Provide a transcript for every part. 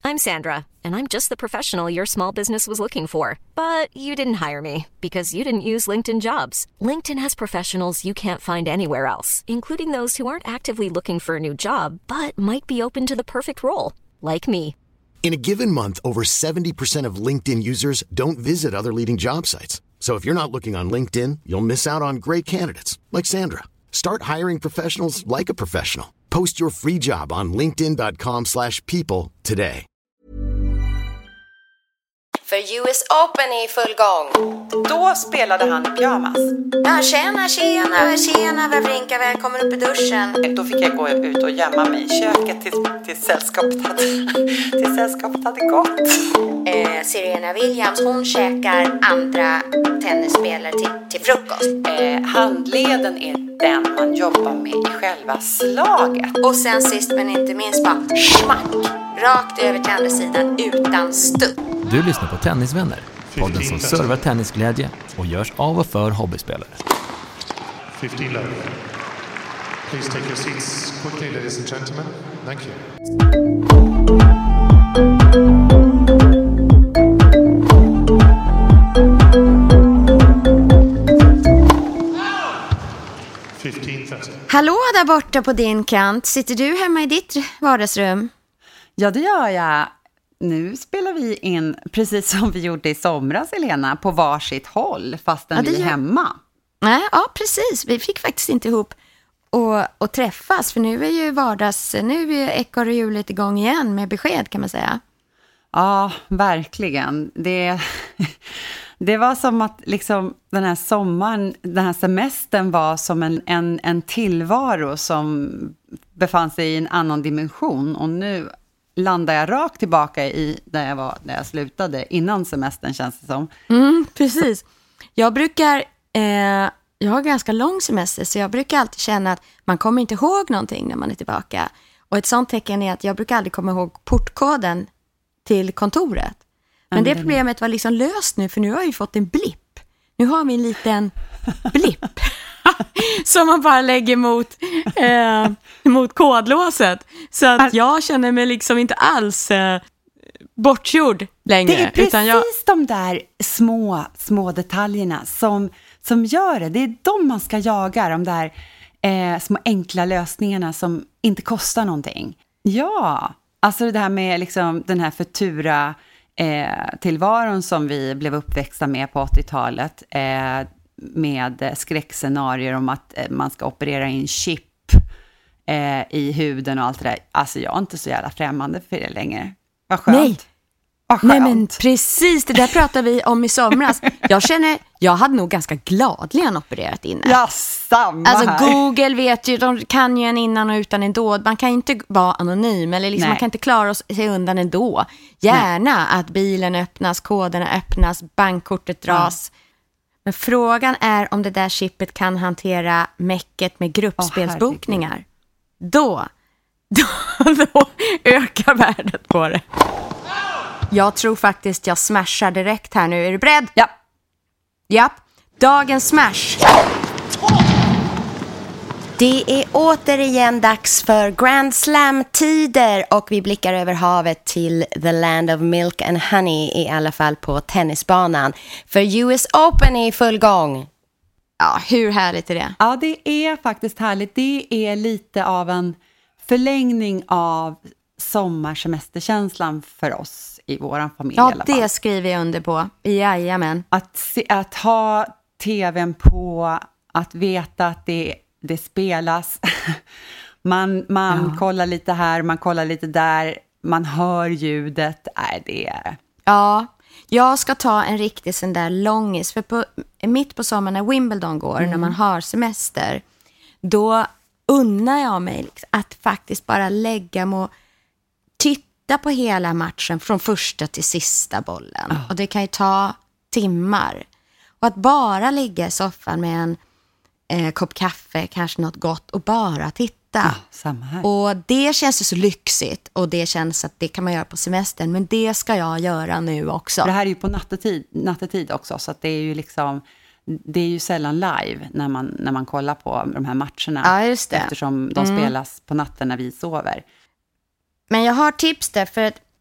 I'm Sandra, and I'm just the professional your small business was looking for. But you didn't hire me because you didn't use LinkedIn Jobs. LinkedIn has professionals you can't find anywhere else, including those who aren't actively looking for a new job, but might be open to the perfect role, like me. In a given month, over 70% of LinkedIn users don't visit other leading job sites. So if you're not looking on LinkedIn, you'll miss out on great candidates like Sandra. Start hiring professionals like a professional. Post your free job on linkedin.com/people today. För US Open är i full gång. Då spelade han i pyjamas. Ja, tjena, välkommen upp i duschen. Då fick jag gå ut och gömma mig i köket till sällskapet hade gått. Serena Williams, hon käkar andra tennisspelare till frukost. Handleden är den man jobbar med i själva slaget. Och sen sist men inte minst bara smack, rakt över till andra sidan utan stubb. Du lyssnar på Tennisvänner, podden som servar tennisglädje och görs av och för hobbyspelare. 15 love. Please take your seats quickly, ladies and gentlemen. Thank you. Hallå där borta på din kant. Sitter du hemma i ditt vardagsrum? Ja, det gör jag. Nu spelar vi in, precis som vi gjorde i somras, Helena, på varsitt håll, fastän vi är hemma. Nej, ja, precis. Vi fick faktiskt inte ihop och träffas, för nu är ju nu är ekorrhjulet igång igen med besked, kan man säga. Ja, verkligen. Det var som att liksom den här sommaren, den här semestern var som en tillvaro som befann sig i en annan dimension, och nu landar jag rakt tillbaka i där jag slutade innan semestern, känns det som. Precis. Jag har ganska lång semester, så jag brukar alltid känna att man kommer inte ihåg någonting när man är tillbaka. Och ett sånt tecken är att jag brukar aldrig komma ihåg portkoden till kontoret. Men det problemet var liksom löst nu, för nu har vi fått en blipp. Nu har vi en liten blipp som man bara lägger mot kodlåset. Så att jag känner mig liksom inte alls bortgjord längre. Det är precis de där små detaljerna som gör det. Det är de man ska jaga, de där små enkla lösningarna som inte kostar någonting. Ja, alltså det här med liksom den här futura tillvaron som vi blev uppväxta med på 80-talet, med skräckscenarier om att man ska operera in chip i huden och allt det där. Alltså jag är inte så jävla främmande för det längre. Vad skönt. Nej, men precis, det där pratade vi om i somras. Jag hade nog ganska gladligen opererat inne. Ja, samma alltså här. Google vet ju, de kan ju en innan och utan ändå. Man kan inte vara anonym, eller liksom man kan inte klara sig undan ändå. Gärna att bilen öppnas, koderna öppnas, bankkortet dras. Men frågan är om det där chippet kan hantera mäcket med gruppspelsbokningar. Då ökar värdet på det. Jag tror faktiskt jag smashar direkt här nu. Är du beredd? Ja. Dagens smash. Det är återigen dags för Grand Slam-tider, och vi blickar över havet till the land of milk and honey, i alla fall på tennisbanan. För US Open är i full gång. Ja, hur härligt är det? Ja, det är faktiskt härligt. Det är lite av en förlängning av sommarsemesterkänslan för oss i våran familj. Ja, i alla fall. Det skriver jag under på. Jajamän. Att ha tvn på, att veta att det spelas. Man kollar lite här, man kollar lite där, man hör ljudet. Ja, jag ska ta en riktig sån där långis. För mitt på sommaren när Wimbledon går, när man har semester, då unnar jag mig liksom att faktiskt bara lägga mig och titta på hela matchen från första till sista bollen. Och det kan ju ta timmar. Och att bara ligga i soffan med en kopp kaffe, kanske något gott, och bara titta. Samma här. Och det känns ju så lyxigt, och det känns att det kan man göra på semestern, men det ska jag göra nu också. Det här är ju på nattetid också, så att det är ju liksom, det är ju sällan live när man kollar på de här matcherna. Ja, just det. Eftersom de spelas på natten när vi sover. Men jag har tips där, för att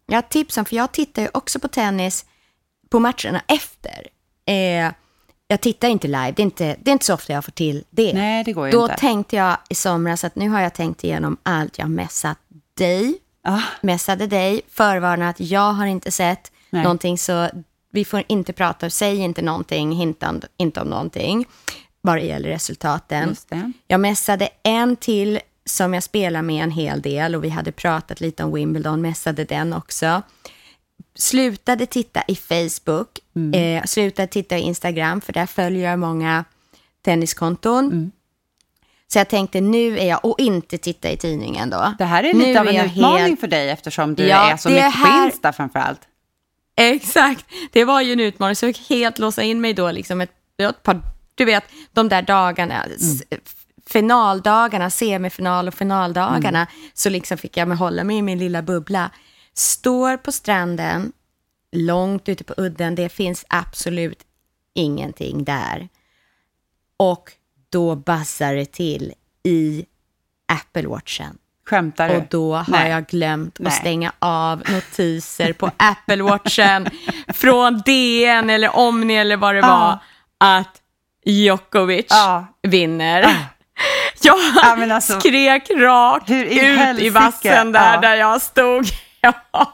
Jag tipsar, för jag tittar ju också på tennis på matcherna efter. Jag tittar inte live, det är inte så ofta jag får till det. Nej, det går ju Då inte. Då tänkte jag i somras att nu har jag tänkt igenom allt. Jag messade dig, förvarnat att jag har inte sett någonting, så vi får inte prata, säg inte någonting, inte om någonting, bara gäller resultaten. Just det. Jag messade en till som jag spelar med en hel del, och vi hade pratat lite om Wimbledon, messade den också. Slutade titta i Facebook, slutade titta i Instagram, för där följer jag många tenniskonton. Så jag tänkte, nu är jag, och inte titta i tidningen då. Det här är lite av en utmaning för dig, eftersom du är så mycket på Insta framförallt. Exakt, det var ju en utmaning, så jag fick helt låsa in mig då, liksom ett par, du vet, de där dagarna, finaldagarna, semifinal och finaldagarna, så liksom fick jag hålla mig i min lilla bubbla. Står på stranden, långt ute på udden, det finns absolut ingenting där. Och då bassar det till i Apple Watchen. Skämtar du? Och då har jag glömt att stänga av notiser på Apple Watchen från DN eller Omni eller vad det var, att Djokovic vinner. Jag skrek rakt ut i vassen där jag stod. Det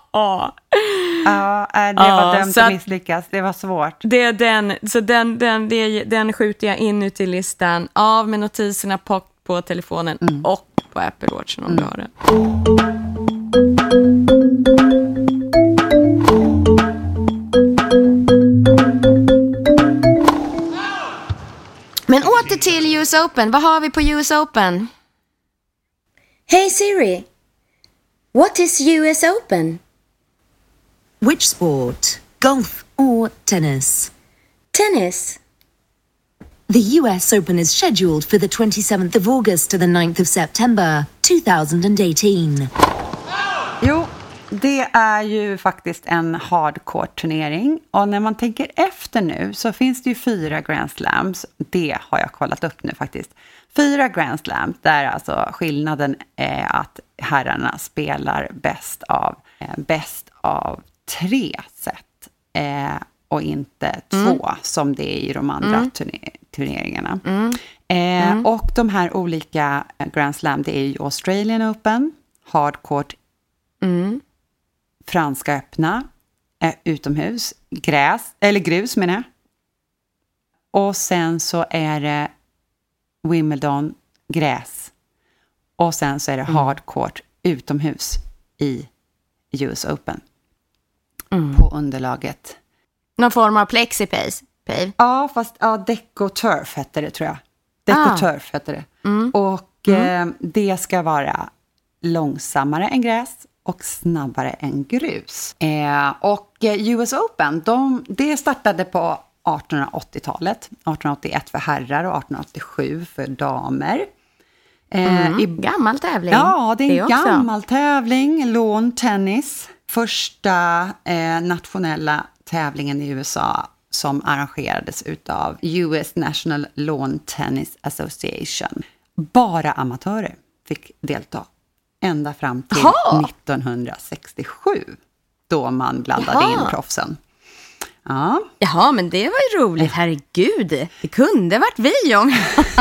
var dömt att misslyckas. Det var svårt. Den skjuter jag in ut i listan, av med notiserna på telefonen och på Apple Watchen om du har det. Men åter till US Open. Vad har vi på US Open? Hey Siri, what is US Open? Which sport? Golf or tennis? Tennis. The US Open is scheduled for the 27th of August to the 9th of September 2018. Jo, det är ju faktiskt en hardcore-turnering. Och när man tänker efter nu så finns det ju 4 Grand Slams. Det har jag kollat upp nu faktiskt. 4 Grand Slams, där alltså skillnaden är att herrarna spelar bäst av 3 set. Och inte 2 som det är i de andra turneringarna. Och de här olika Grand Slam, det är ju Australian Open, Hardcourt, Franska öppna, utomhus, grus menar jag. Och sen så är det Wimbledon, gräs. Och sen så är det Hardcourt, utomhus i US Open. På underlaget. Någon form av plexipave? Ja, fast Deco-turf hette det, tror jag. Deco-turf hette det. Och det ska vara långsammare än gräs och snabbare än grus. Och US Open, det startade på 1880-talet. 1881 för herrar och 1887 för damer. Gammal tävling. Ja, det är en gammal tävling. Lawn tennis. Första nationella tävlingen i USA som arrangerades utav US National Lawn Tennis Association. Bara amatörer fick delta. Ända fram till 1967. Då man blandade in proffsen. Ja. Jaha, men det var ju roligt. Herregud, det kunde varit vi om.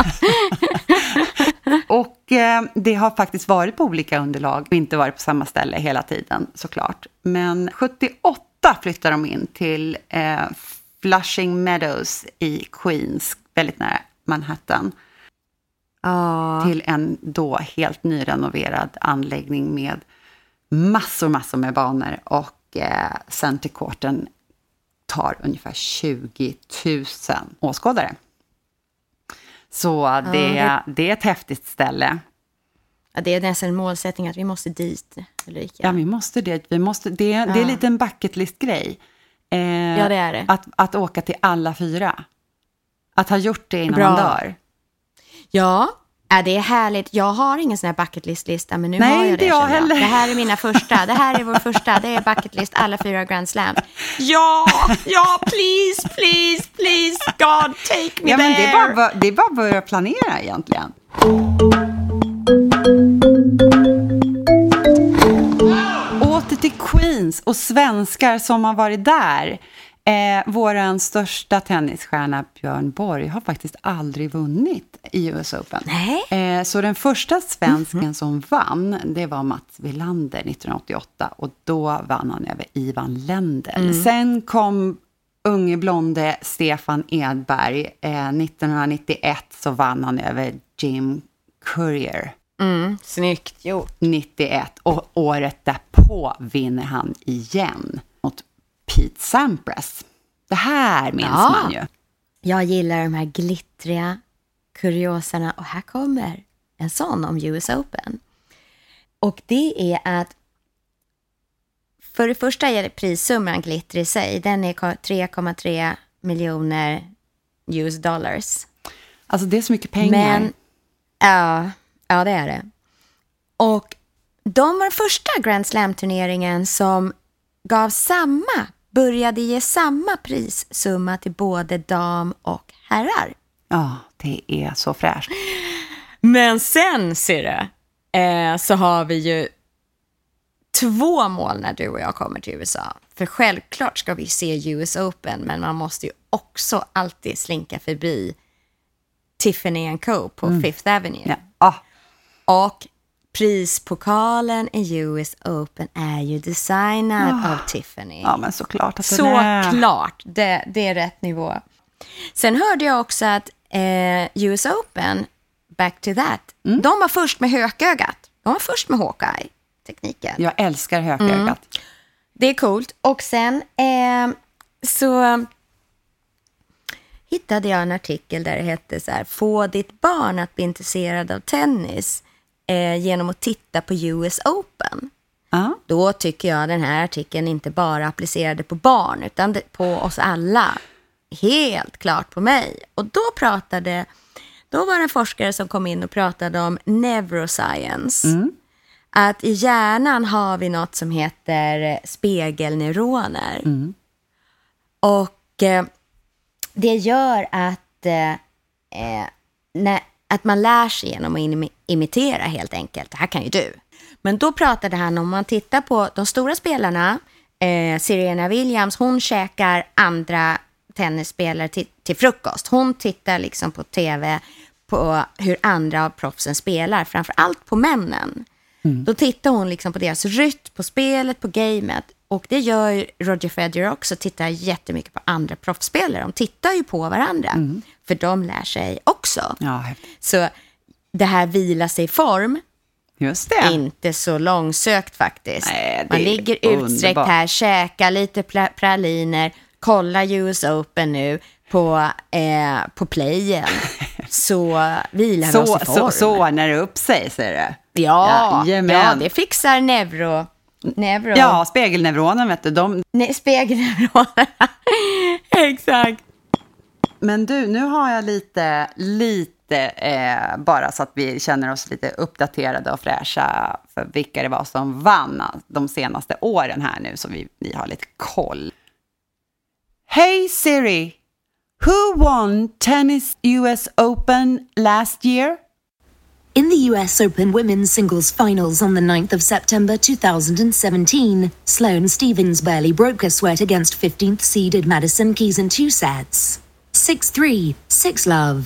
Och det har faktiskt varit på olika underlag och inte varit på samma ställe hela tiden, såklart. Men 78 flyttar de in till Flushing Meadows i Queens, väldigt nära Manhattan. Till en då helt nyrenoverad anläggning med massor med banor. Och centercourten tar ungefär 20 000 åskådare. Så det är ett häftigt ställe. Ja, det är nästan en målsättning att vi måste dit, Ulrika. Ja, vi måste dit. Det är lite en bucket list-grej. Ja, det är det. Att åka till alla 4. Att ha gjort det innan man dör. Ja, det är härligt. Jag har ingen sån här bucket list-lista, men nu har jag det. Nej, inte jag heller. Det här är mina första. Det här är vår första. Det är bucket list, alla 4 Grand Slams. Ja, please, God, take me there. Men det är bara att börja planera egentligen. Åter till finns och svenskar som har varit där. Våran största tennisstjärna Björn Borg har faktiskt aldrig vunnit i US Open. Nej. Så den första svensken som vann, det var Mats Wilander 1988. Och då vann han över Ivan Lendl. Sen kom unge blonde Stefan Edberg. 1991 så vann han över Jim Courier. Snyggt gjort. 91. Och året därpå vinner han igen mot Pete Sampras. Det här minns man ju. Jag gillar de här glittriga kuriosarna. Och här kommer en sån om US Open. Och det är att för det första är det prissumman glitter i sig. Den är 3,3 miljoner US dollars. Alltså det är så mycket pengar. Men, ja, det är det. Och de var första Grand Slam-turneringen som började ge samma prissumma till både dam och herrar. Ja, det är så fräscht. Men sen, ser du, så har vi ju 2 mål när du och jag kommer till USA. För självklart ska vi se US Open, men man måste ju också alltid slinka förbi Tiffany & Co. på Fifth Avenue. Ja. Och prispokalen i US Open är ju designad av Tiffany. Ja, men såklart att Såklart, det är rätt nivå. Sen hörde jag också att US Open, back to that, de var först med hökögat. De var först med Hawkeye-tekniken. Jag älskar hökögat. Det är coolt. Och sen så hittade jag en artikel där det hette så här: få ditt barn att bli intresserad av tennis genom att titta på US Open. Då tycker jag den här artikeln inte bara applicerade på barn utan på oss alla. Helt klart på mig. Och då var det en forskare som kom in och pratade om neuroscience. Att i hjärnan har vi något som heter spegelneuroner. Och det gör att man lär sig genom att imitera helt enkelt. Det här kan ju du. Men då pratade han om man tittar på de stora spelarna. Serena Williams, hon käkar andra tennisspelare till frukost. Hon tittar liksom på tv på hur andra av proffsen spelar. Framförallt på männen. Då tittar hon liksom på deras rytm, på spelet, på gamet. Och det gör ju Roger Federer också. Tittar jättemycket på andra proffsspelare. De tittar ju på varandra. För de lär sig också. Ja. Så det här vila sig i form. Just det. Inte så långsökt faktiskt. Nej, man ligger utsträckt här, käkar lite praliner, kollar US Open nu på playen. Så vilar vi oss i form. Så när det upp sig, säger det. Ja, det fixar neuro. Ja, spegelneuronen, vet du. Spegelneuronerna. Exakt. Men du, nu har jag lite bara så att vi känner oss lite uppdaterade och fräscha för vilka det var som vann de senaste åren här nu, så vi har lite koll. Hey Siri, who won tennis US Open last year? In the US Open Women's Singles Finals on the 9th of September 2017, Sloane Stephens barely broke a sweat against 15th seeded Madison Keys in 2 sets. 6-3, 6-love.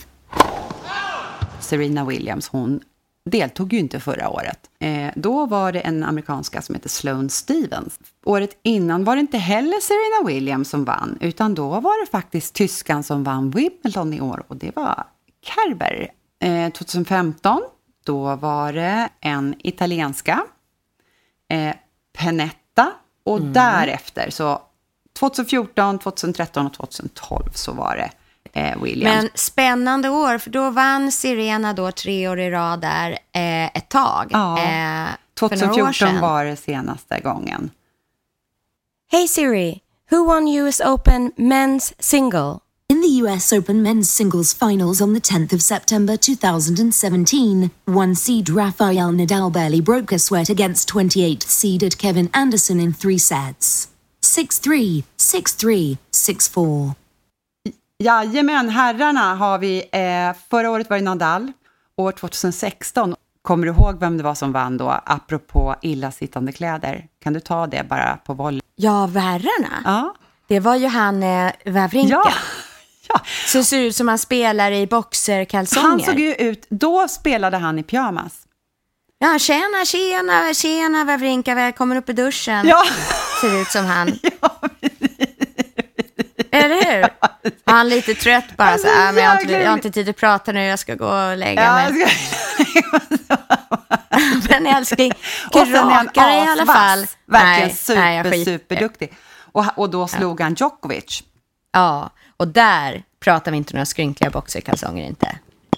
Serena Williams, hon deltog ju inte förra året. Då var det en amerikanska som heter Sloane Stephens. Året innan var det inte heller Serena Williams som vann, utan då var det faktiskt tyskan som vann Wimbledon i år, och det var Kerber. 2015, då var det en italienska, Pennetta, och därefter så 2014, 2013 och 2012 så var det Williams. Men spännande år, för då vann Serena då 3 år i rad där ett tag. Ja, för 2014 var det senaste gången. Hey Siri, who won US Open men's single? In the US Open Men's Singles Finals on the 10th of September 2017, 1-seed Rafael Nadal barely broke a sweat against 28th seeded Kevin Anderson in 3 sets. 6-3, 6-3, 6-4. Jajamän, herrarna har vi, förra året var det Nadal, år 2016 kommer du ihåg vem det var som vann då? Apropå illasittande kläder. Kan du ta det bara på volley? Ja, värrarna. Ja. Det var ju han Wawrinka. Ja. Ja. Så det ser ut som han spelar i boxerkalsonger. Han såg ju ut, då spelade han i pyjamas. Ja, tjena Wawrinka, välkommen upp i duschen. Ja. Ser ut som han. Ja. Eller hur? Och han lite trött bara så men jag har inte tid att prata nu, jag ska gå och lägga mig. Men älskling, rakare i alla fall. Verkligen superduktig. Och då slog han Djokovic. Ja, och där pratar vi inte några skrynkliga boxerkalsonger inte.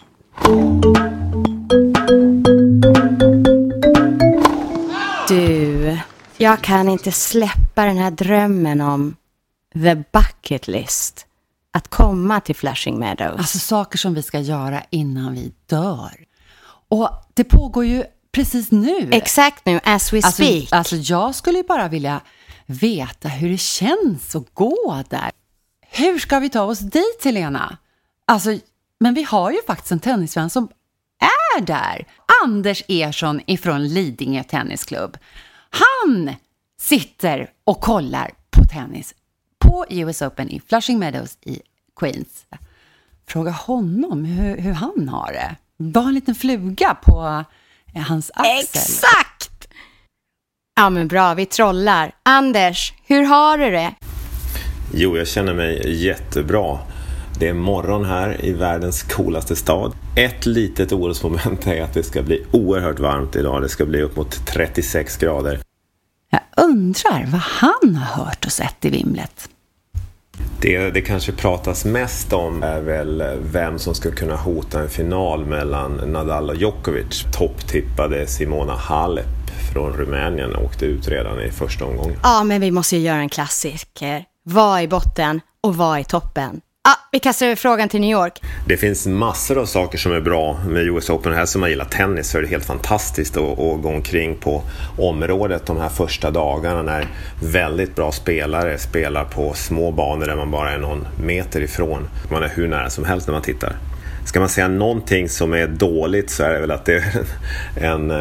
Du, jag kan inte släppa den här drömmen om the bucket list. Att komma till Flushing Meadows. Alltså saker som vi ska göra innan vi dör. Och det pågår ju precis nu. Exakt nu, as we speak. Alltså jag skulle ju bara vilja veta hur det känns att gå där. Hur ska vi ta oss dit, Helena? Alltså, men vi har ju faktiskt en tennisvän som är där. Anders Ersson ifrån Lidingö Tennisklubb. Han sitter och kollar på tennis på US Open i Flushing Meadows i Queens. Fråga honom hur han har det. Var en liten fluga på hans axel. Exakt! Ja men bra, vi trollar. Anders, hur har du det? Jo, jag känner mig jättebra. Det är morgon här i världens coolaste stad. Ett litet orosmoment är att det ska bli oerhört varmt idag. Det ska bli upp mot 36 grader. Jag undrar vad han har hört och sett i vimlet. Det kanske pratas mest om är väl vem som ska kunna hota en final mellan Nadal och Djokovic. Topptippade Simona Halep från Rumänien åkte ut redan i första omgången. Ja, men vi måste ju göra en klassiker. Vad i botten och vad i toppen? Vi kastar över frågan till New York. Det finns massor av saker som är bra med US Open. Här som man gillar tennis så är det helt fantastiskt att gå omkring på området de här första dagarna när väldigt bra spelare spelar på små banor där man bara är någon meter ifrån. Man är hur nära som helst när man tittar. Ska man säga någonting som är dåligt så är det väl att det är en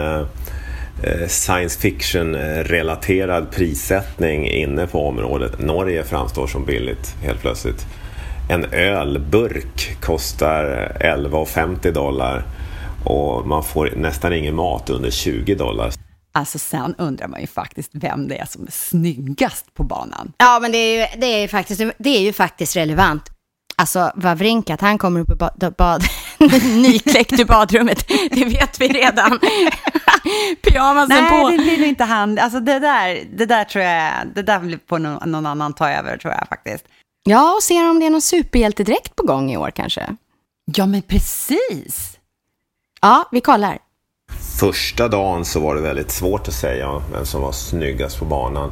science fiction-relaterad prissättning inne på området. Norge framstår som billigt helt plötsligt. En ölburk kostar $11,50 och man får nästan ingen mat under $20. Alltså sen undrar man ju faktiskt vem det är som är snyggast på banan. Ja, men det är ju faktiskt relevant. Alltså Wawrinka, att han kommer upp i nykläckt i badrummet, det vet vi redan. Pyjamasen på. Nej, det blir inte han. Alltså det där tror jag, det där blir på någon annan ta över tror jag faktiskt. Ja, och ser om det är någon superhjältedräkt på gång i år kanske. Ja, men precis. Ja, vi kollar. Första dagen så var det väldigt svårt att säga vem som var snyggast på banan.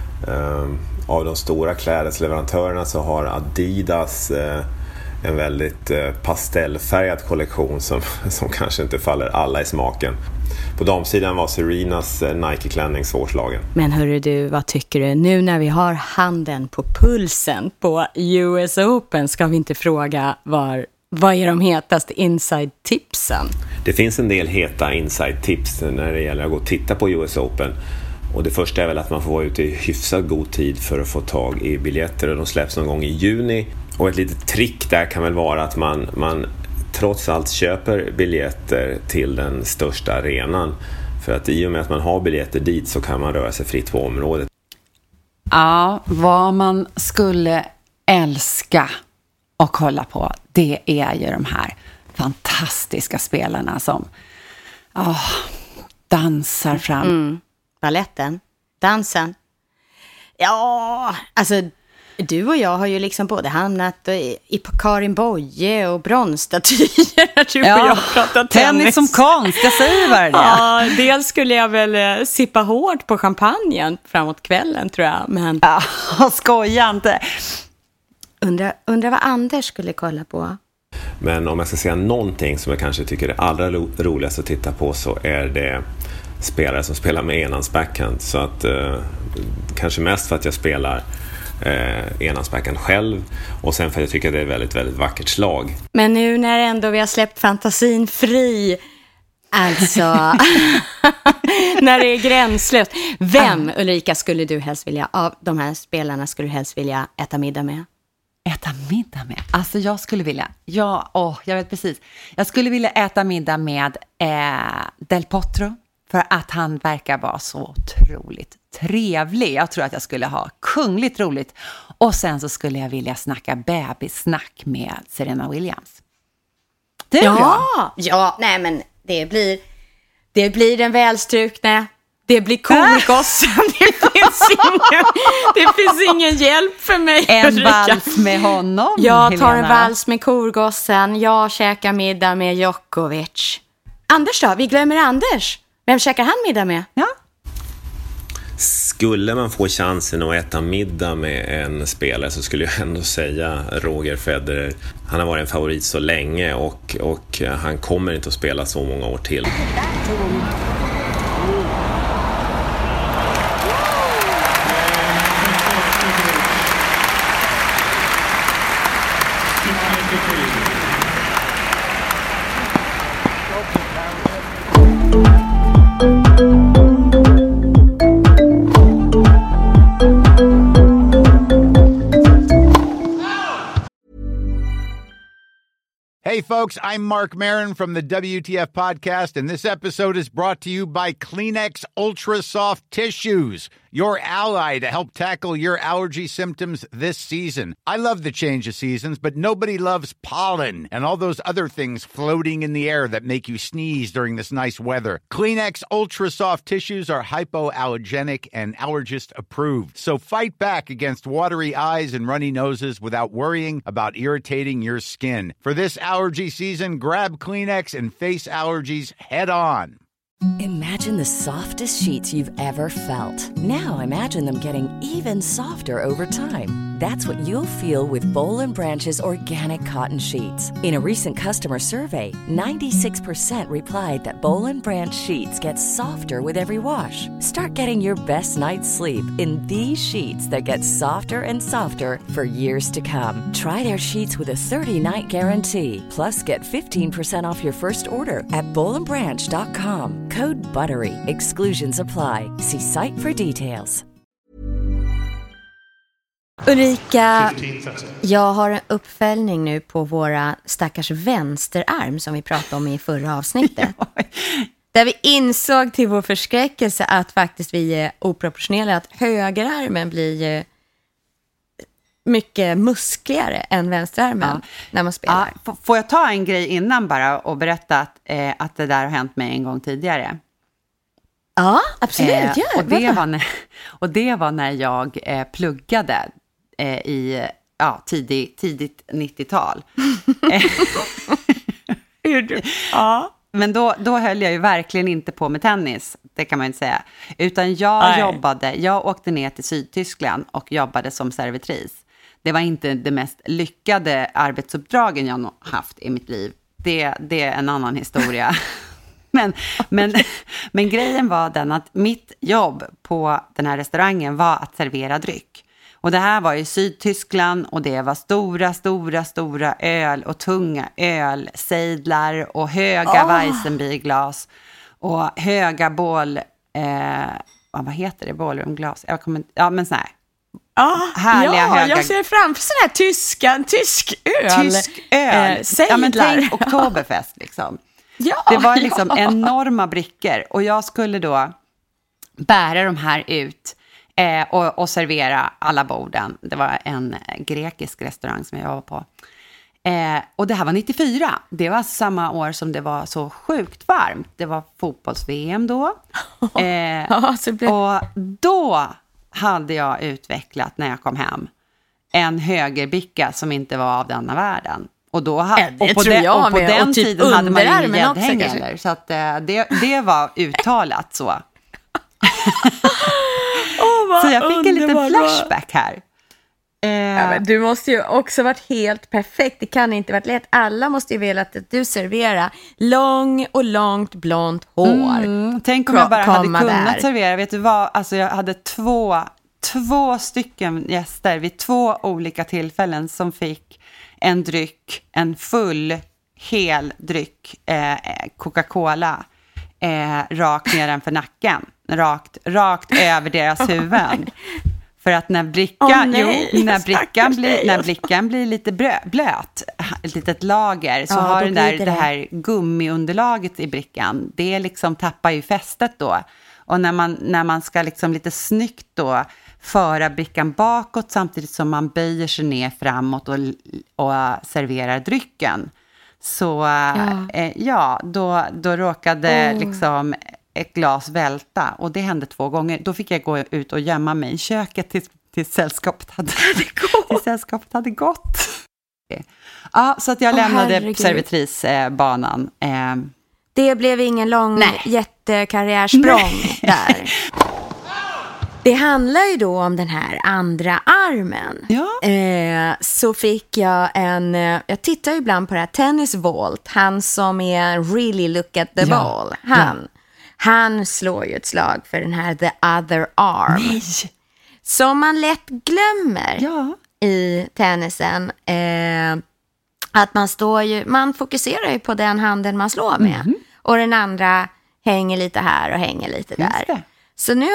Av de stora klädesleverantörerna så har Adidas en väldigt pastellfärgad kollektion som kanske inte faller alla i smaken. På damsidan var Serenas Nike-klänning svårslagen. Men hörru du, vad tycker du? Nu när vi har handen på pulsen på US Open ska vi inte fråga vad är de hetaste inside-tipsen? Det finns en del heta inside-tips när det gäller att gå och titta på US Open. Och det första är väl att man får vara ute i hyfsad god tid för att få tag i biljetter. Och de släpps någon gång i juni. Och ett litet trick där kan väl vara att man trots allt köper biljetter till den största arenan. För att i och med att man har biljetter dit så kan man röra sig fritt på området. Ja, vad man skulle älska att kolla på, det är ju de här fantastiska spelarna som dansar fram. Balletten, dansen. Ja, alltså du och jag har ju liksom både hamnat i Karin Boye och bronsstatyer när du och jag pratar tennis som konst, jag säger bara det. Ja, dels skulle jag väl sippa hårt på champagnen framåt kvällen tror jag. Men skoja inte. Undrar vad Anders skulle kolla på. Men om jag ska säga någonting som jag kanske tycker är allra roligast att titta på så är det spelare som spelar med enhandsbackhand. Så att kanske mest för att jag spelar enhandsbackhand själv och sen för att jag tycker att det är ett väldigt, väldigt vackert slag. Men nu när ändå vi har släppt fantasin fri, Alltså, när det är gränslöst. Vem, Ulrika, skulle du helst vilja, av de här spelarna skulle du helst vilja äta middag med? Äta middag med? Alltså jag skulle vilja, jag vet precis. Jag skulle vilja äta middag med Del Potro. För att han verkar vara så otroligt trevlig. Jag tror att jag skulle ha kungligt roligt. Och sen så skulle jag vilja snacka bebissnack med Serena Williams. Nej men det blir den välstrukna. Det blir korgossen. Det finns ingen hjälp för mig. En vals med honom, jag tar en vals med korgossen. Jag käkar middag med Djokovic. Anders då? Vi glömmer Anders. Vem käkar han middag med? Ja. Skulle man få chansen att äta middag med en spelare så skulle jag ändå säga Roger Federer. Han har varit en favorit så länge och han kommer inte att spela så många år till. Hey, folks, I'm Mark Maron from the WTF Podcast, and this episode is brought to you by Kleenex Ultra Soft Tissues, your ally to help tackle your allergy symptoms this season. I love the change of seasons, but nobody loves pollen and all those other things floating in the air that make you sneeze during this nice weather. Kleenex Ultra Soft Tissues are hypoallergenic and allergist approved, so fight back against watery eyes and runny noses without worrying about irritating your skin. For this allergy season, grab Kleenex and face allergies head on. Imagine the softest sheets you've ever felt. Now imagine them getting even softer over time. That's what you'll feel with Boll & Branch's organic cotton sheets. In a recent customer survey, 96% replied that Boll & Branch sheets get softer with every wash. Start getting your best night's sleep in these sheets that get softer and softer for years to come. Try their sheets with a 30-night guarantee. Plus, get 15% off your first order at bollandbranch.com. Code BUTTERY. Exclusions apply. See site for details. Ulrika, jag har en uppföljning nu på våra stackars vänsterarm som vi pratade om i förra avsnittet. Där vi insåg till vår förskräckelse att faktiskt vi är oproportionerliga, att högerarmen blir mycket muskligare än vänsterarmen när man spelar. Ja, får jag ta en grej innan bara och berätta att det där har hänt mig en gång tidigare? Ja, absolut. Och det var när jag pluggade i tidigt 90-tal. Ja. Men då höll jag ju verkligen inte på med tennis, det kan man inte säga. Utan jag åkte ner till Sydtyskland och jobbade som servitris. Det var inte det mest lyckade arbetsuppdragen jag haft i mitt liv. Det är en annan historia. Men grejen var den att mitt jobb på den här restaurangen var att servera dryck. Och det här var i Sydtyskland och det var stora öl och tunga ölsejdlar och höga Weissenbierglas och höga vad heter det? Ballroomglas? Men så här. Härliga höga. Jag ser framför sån här tysk öl. Tysk öl. Sejdlar. Tänk Oktoberfest liksom. Det var liksom enorma brickor och jag skulle då bära de här ut och servera alla borden. Det var en grekisk restaurang som jag var på. Och det här var 94. Det var samma år som det var så sjukt varmt. Det var fotbolls-VM då. Och då hade jag utvecklat när jag kom hem en högerbicka som inte var av denna världen. Och på den tiden hade man ingen gäddhäng heller. Så att det var uttalat så. Så jag fick en liten flashback här. Men du måste ju också varit helt perfekt. Det kan inte varit lätt. Alla måste ju vilja att du serverar långt blont hår. Tänk om jag bara hade kunnat servera. Vet du vad? Alltså jag hade två stycken gäster vid 2 olika tillfällen som fick en dryck, en full hel dryck Coca-Cola rakt nedanför nacken. Rakt över deras huvuden. För att när brickan blir lite blöt, ett litet lager, så har det här gummiunderlaget i brickan, det liksom tappar ju fästet då. Och när man ska liksom lite snyggt då föra brickan bakåt samtidigt som man böjer sig ner framåt och serverar drycken. Så då råkade liksom ett glas välta, och det hände 2 gånger. Då fick jag gå ut och gömma mig i köket till sällskapet hade gått. Ja, så att jag lämnade servitrisbanan. Det blev ingen lång jättekarriärsprång där. Det handlar ju då om den här andra armen. Ja. Så fick jag jag tittar ju ibland på det här Tennis Vault. Han som är really look at the ball. Han slår ju ett slag för den här the other arm. Nej. Som man lätt glömmer i tennisen. Att man fokuserar ju på den handen man slår med. Och den andra hänger lite här och hänger lite där. Det. Så nu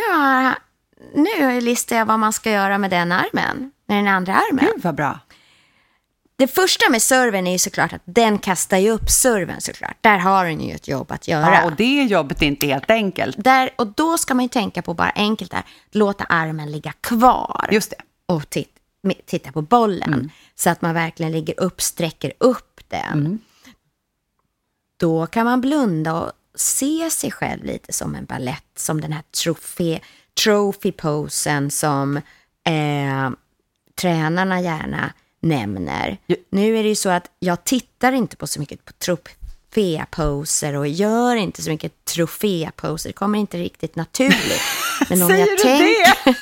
listar jag vad man ska göra med den armen. Med den andra armen. Gud vad bra. Det första med serven är ju såklart att den kastar ju upp serven såklart. Där har den ju ett jobb att göra. Ja, och det jobbet är inte helt enkelt. Och då ska man ju tänka på bara enkelt där. Låta armen ligga kvar. Just det. Och titta på bollen. Så att man verkligen ligger upp, sträcker upp den. Då kan man blunda och se sig själv lite som en ballett. Som den här trophy-posen som tränarna gärna nämner. Nu är det ju så att jag tittar inte på så mycket på troféposer och gör inte så mycket troféposer. Det kommer inte riktigt naturligt. Men om säger jag du tänker... det?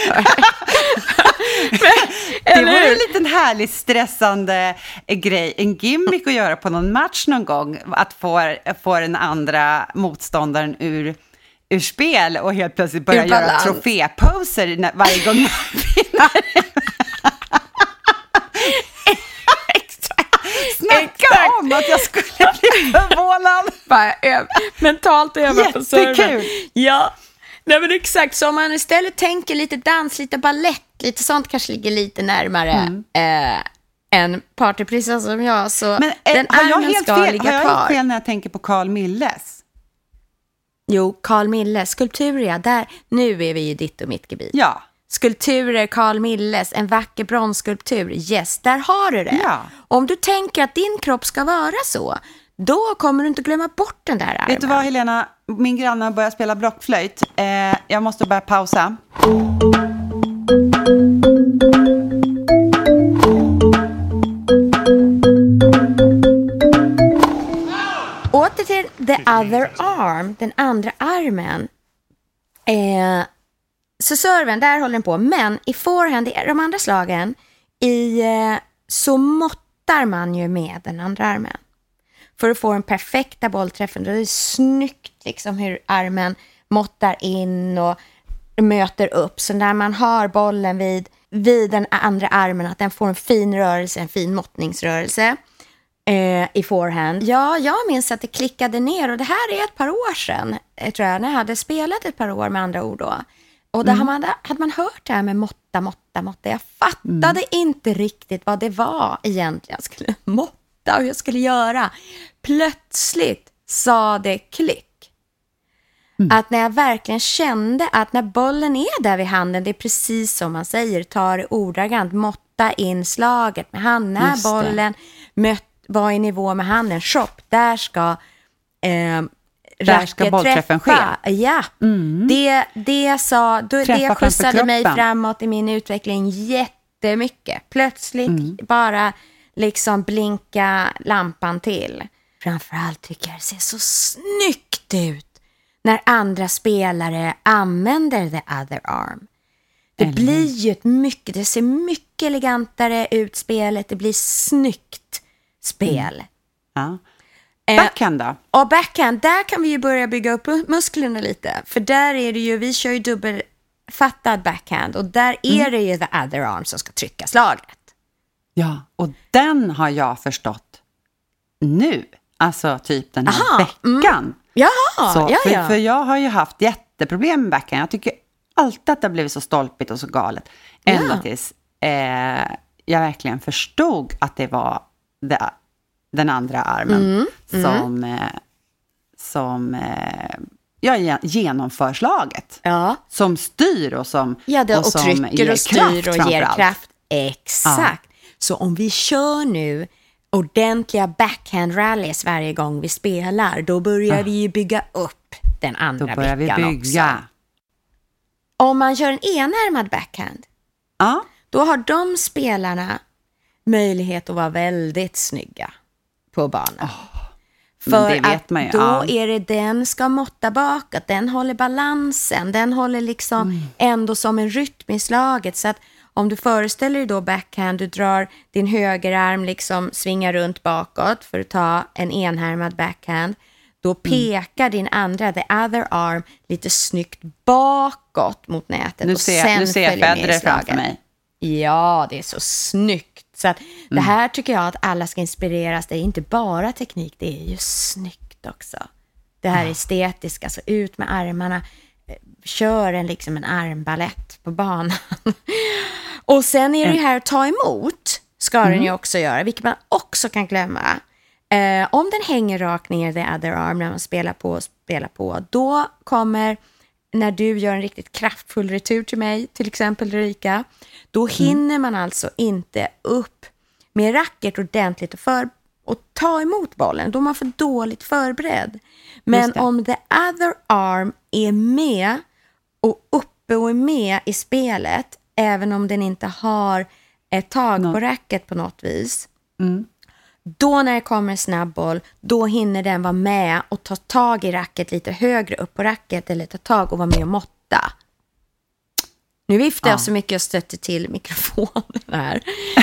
Det var en liten härlig stressande grej, en gimmick att göra på någon match någon gång, att få den andra motståndaren ur spel och helt plötsligt börja göra troféposer varje gång man vinner. Snacka om att jag skulle bli förvånad. Mentalt öva på serven. Jättekul. Ja. Nej, men exakt, så om man istället tänker lite dans, lite ballett, lite sånt kanske ligger lite närmare en partyprinsessa som jag, så men, den armen ska ligga kvar. Har jag helt fel när jag tänker på Carl Milles? Jo, Carl Milles, skulpturer, där, nu är vi ju ditt och mitt gebit. Ja. Skulpturer, Carl Milles, en vacker bronsskulptur, yes, där har du det. Ja. Om du tänker att din kropp ska vara så, då kommer du inte glömma bort den där armen. Vet du vad, Helena? Min granne börjar spela blockflöjt. Jag måste börja pausa. Åter till the other arm, den andra armen. Så serven, där håller den på. Men i forehand, i de andra slagen, så måttar man ju med den andra armen. För att få den perfekta bollträffen. Det är snyggt liksom hur armen måttar in och möter upp. Så när man har bollen vid den andra armen, att den får en fin rörelse, en fin måttningsrörelse i forehand. Ja, jag minns att det klickade ner, och det här är ett par år sedan, tror jag, när jag hade spelat ett par år med andra ord då. Och då hade man hört det här med måtta. Jag fattade inte riktigt vad det var egentligen. Jag skulle måtta och hur jag skulle göra. Plötsligt sa det klick. Att när jag verkligen kände att när bollen är där vid handen, det är precis som man säger, tar det ordagrant, måtta in slaget med handen. När bollen var i nivå med handen, där ska bollträffen ske. Ja, det skjutsade mig framåt i min utveckling jättemycket. Plötsligt bara liksom blinka lampan till. Framförallt tycker jag det ser så snyggt ut när andra spelare använder the other arm. Det blir ju det ser mycket elegantare ut spelet, det blir snyggt spel. Ja. Backhand då? Och backhand, där kan vi ju börja bygga upp musklerna lite. För där är det ju, vi kör ju dubbelfattad backhand, och där är det ju the other arm som ska trycka slaget. Ja, och den har jag förstått nu. Alltså typ den här veckan. Jaha, Så, ja. För jag har ju haft jätteproblem med backhand. Jag tycker alltid att det har blivit så stolpigt och så galet. Ända tills jag verkligen förstod att det var den andra armen som genomför slaget. Ja. Som styr och som, och som trycker och styr och ger kraft. Exakt. Ja. Så om vi kör nu ordentliga backhand-rallys varje gång vi spelar, då börjar vi ju bygga upp den andra veckan också. Då börjar vi bygga. Om man kör en enarmad backhand, då har de spelarna möjlighet att vara väldigt snygga på banan. För det vet man ju. Då är det den ska måtta bakåt, den håller balansen, den håller liksom ändå som en rytm i slaget. Så att om du föreställer dig då backhand, du drar din högerarm liksom svingar runt bakåt för att ta en enarmad backhand. Då pekar din andra, the other arm, lite snyggt bakåt mot nätet. Nu ser jag Federer framför mig. Ja, det är så snyggt. Så att det här tycker jag att alla ska inspireras. Det är inte bara teknik, det är ju snyggt också. Det här estetiska, så ut med armarna. Kör en armballett på banan. Och sen är det här att ta emot, ska den ju också göra, vilket man också kan glömma. Om den hänger rakt ner the other arm när man spelar på, då kommer, när du gör en riktigt kraftfull retur till mig, till exempel Ulrika, då hinner man alltså inte upp med racket ordentligt och ta emot bollen. Då är man för dåligt förberedd. Men om the other arm är med och uppe och är med i spelet, även om den inte har ett tag på racket på något vis, då när det kommer en snabb boll, då hinner den vara med och ta tag i racket lite högre upp på racket, eller ta tag och vara med och måtta. Nu viftar jag så mycket jag stötte till mikrofonen här.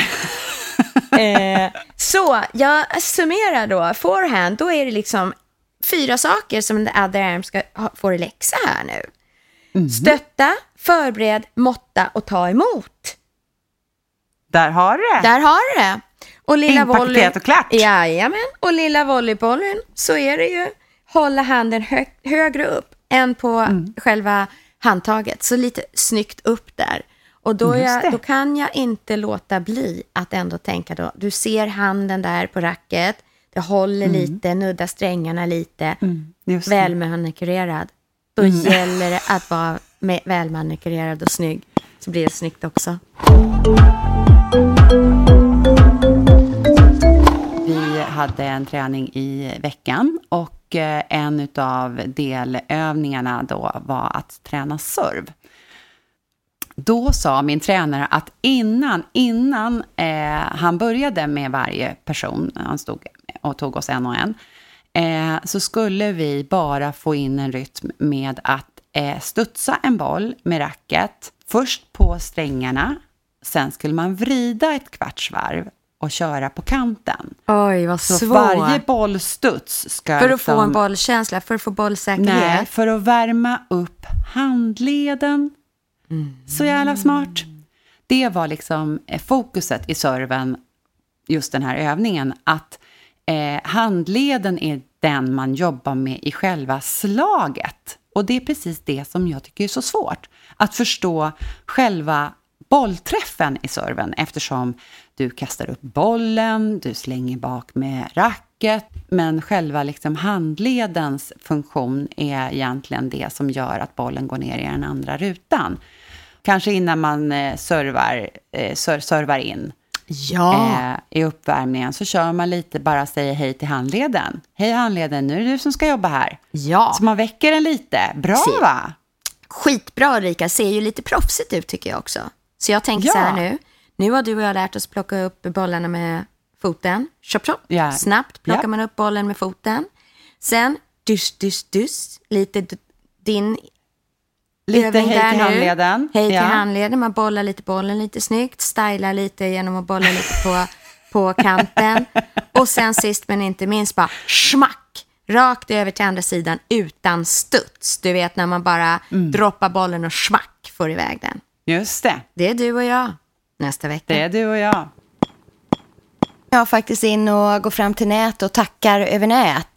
Så jag summerar då. Forehand, då är det liksom 4 saker som the other arm ska få i läxa här nu. Stötta, förbered, måtta och ta emot. Där har du det. Där har du det. Och lilla paket och klart. Jajamän. Och lilla volleybollen, så är det ju hålla handen högre upp än på själva handtaget. Så lite snyggt upp där. Och då kan jag inte låta bli att ändå tänka då. Du ser handen där på racket. Det håller lite, nuddar strängarna lite. Välmanikurerad. Då gäller det att vara välmanikurerad och snygg. Så blir det snyggt också. Vi hade en träning i veckan och en av delövningarna då var att träna serv. Då sa min tränare att innan han började med varje person, han stod och tog oss en och en, så skulle vi bara få in en rytm med att studsa en boll med racket, först på strängarna, sen skulle man vrida ett kvartsvarv och köra på kanten. Oj, vad svårt. Så varje bollstuds ska... För att få en bollkänsla, för att få bollsäkerhet. Nej, för att värma upp handleden. Så jävla smart. Det var liksom fokuset i serven, just den här övningen, att handleden är den man jobbar med i själva slaget. Och det är precis det som jag tycker är så svårt. Att förstå själva bollträffen i serven, eftersom du kastar upp bollen, du slänger bak med racket, men själva liksom handledens funktion är egentligen det som gör att bollen går ner i den andra rutan. Kanske innan man servar in i uppvärmningen, så kör man lite, bara säger hej till handleden. Hej handleden, nu är det du som ska jobba här. Ja. Så man väcker den lite. Bra va? Skitbra, Rika. Ser ju lite proffsigt ut tycker jag också. Så jag tänker så här nu. Nu har du och jag lärt oss plocka upp bollarna med foten. Chop, chop. Ja. Snabbt plockar man upp bollen med foten. Sen dus. Lite din övning hej där till nu. handleden. Hej till handleden. Man bollar lite bollen lite snyggt. Stylar lite genom att bolla lite på kanten. Och sen sist men inte minst bara smack. Rakt över till andra sidan utan studs. Du vet när man bara droppar bollen och smack får iväg den. Just det. Det är du och jag nästa vecka. Det är du och jag. Jag faktiskt in och går fram till nät och tackar över nät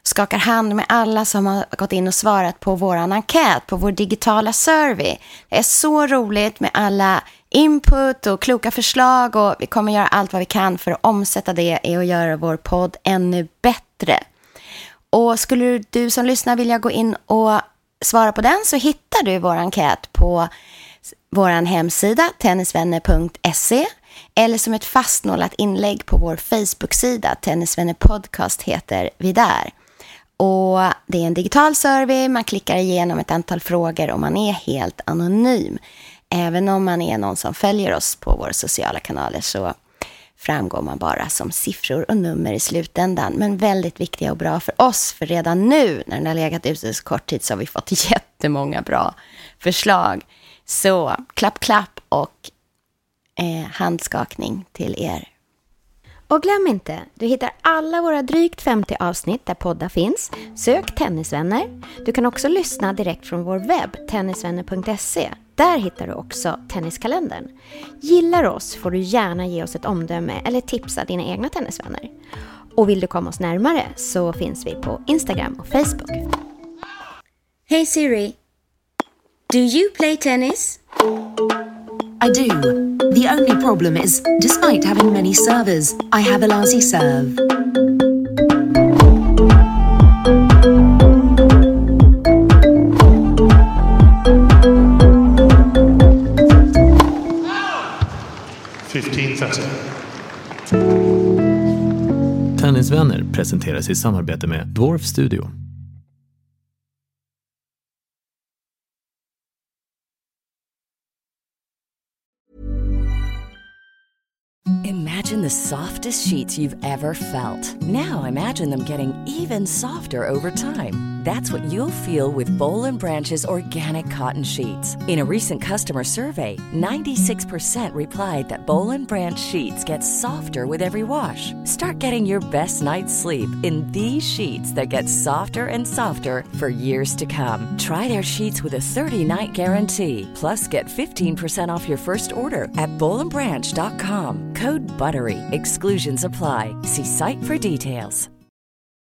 skakar hand med alla som har gått in och svarat på våran enkät, på vår digitala survey. Det är så roligt med alla input och kloka förslag, och vi kommer göra allt vad vi kan för att omsätta det i att göra vår podd ännu bättre. Och skulle du som lyssnar vilja gå in och svara på den, så hittar du vår enkät på vår hemsida tennisvänner.se eller som ett fastnålat inlägg på vår Facebook-sida. Tennisvänner podcast heter vi där. Och det är en digital survey, man klickar igenom ett antal frågor och man är helt anonym. Även om man är någon som följer oss på våra sociala kanaler så framgår man bara som siffror och nummer i slutändan. Men väldigt viktiga och bra för oss, för redan nu när den har legat ute så kort tid så har vi fått jättemånga bra förslag. Så klapp och handskakning till er. Och glöm inte, du hittar alla våra drygt 50 avsnitt där poddar finns. Sök Tennisvänner. Du kan också lyssna direkt från vår webb, tennisvänner.se. Där hittar du också tenniskalendern. Gillar oss får du gärna ge oss ett omdöme eller tipsa dina egna tennisvänner. Och vill du komma oss närmare så finns vi på Instagram och Facebook. Hey Siri, do you play tennis? I do. The only problem is, despite having many servers, I have a lousy serve. Tennisvänner presenteras i samarbete med Dwarf Studio. Imagine the softest sheets you've ever felt. Now imagine them getting even softer over time. That's what you'll feel with Boll & Branch's organic cotton sheets. In a recent customer survey, 96% replied that Boll & Branch sheets get softer with every wash. Start getting your best night's sleep in these sheets that get softer and softer for years to come. Try their sheets with a 30-night guarantee. Plus, get 15% off your first order at bollandbranch.com. Code BUTTERY. Exclusions apply. See site for details.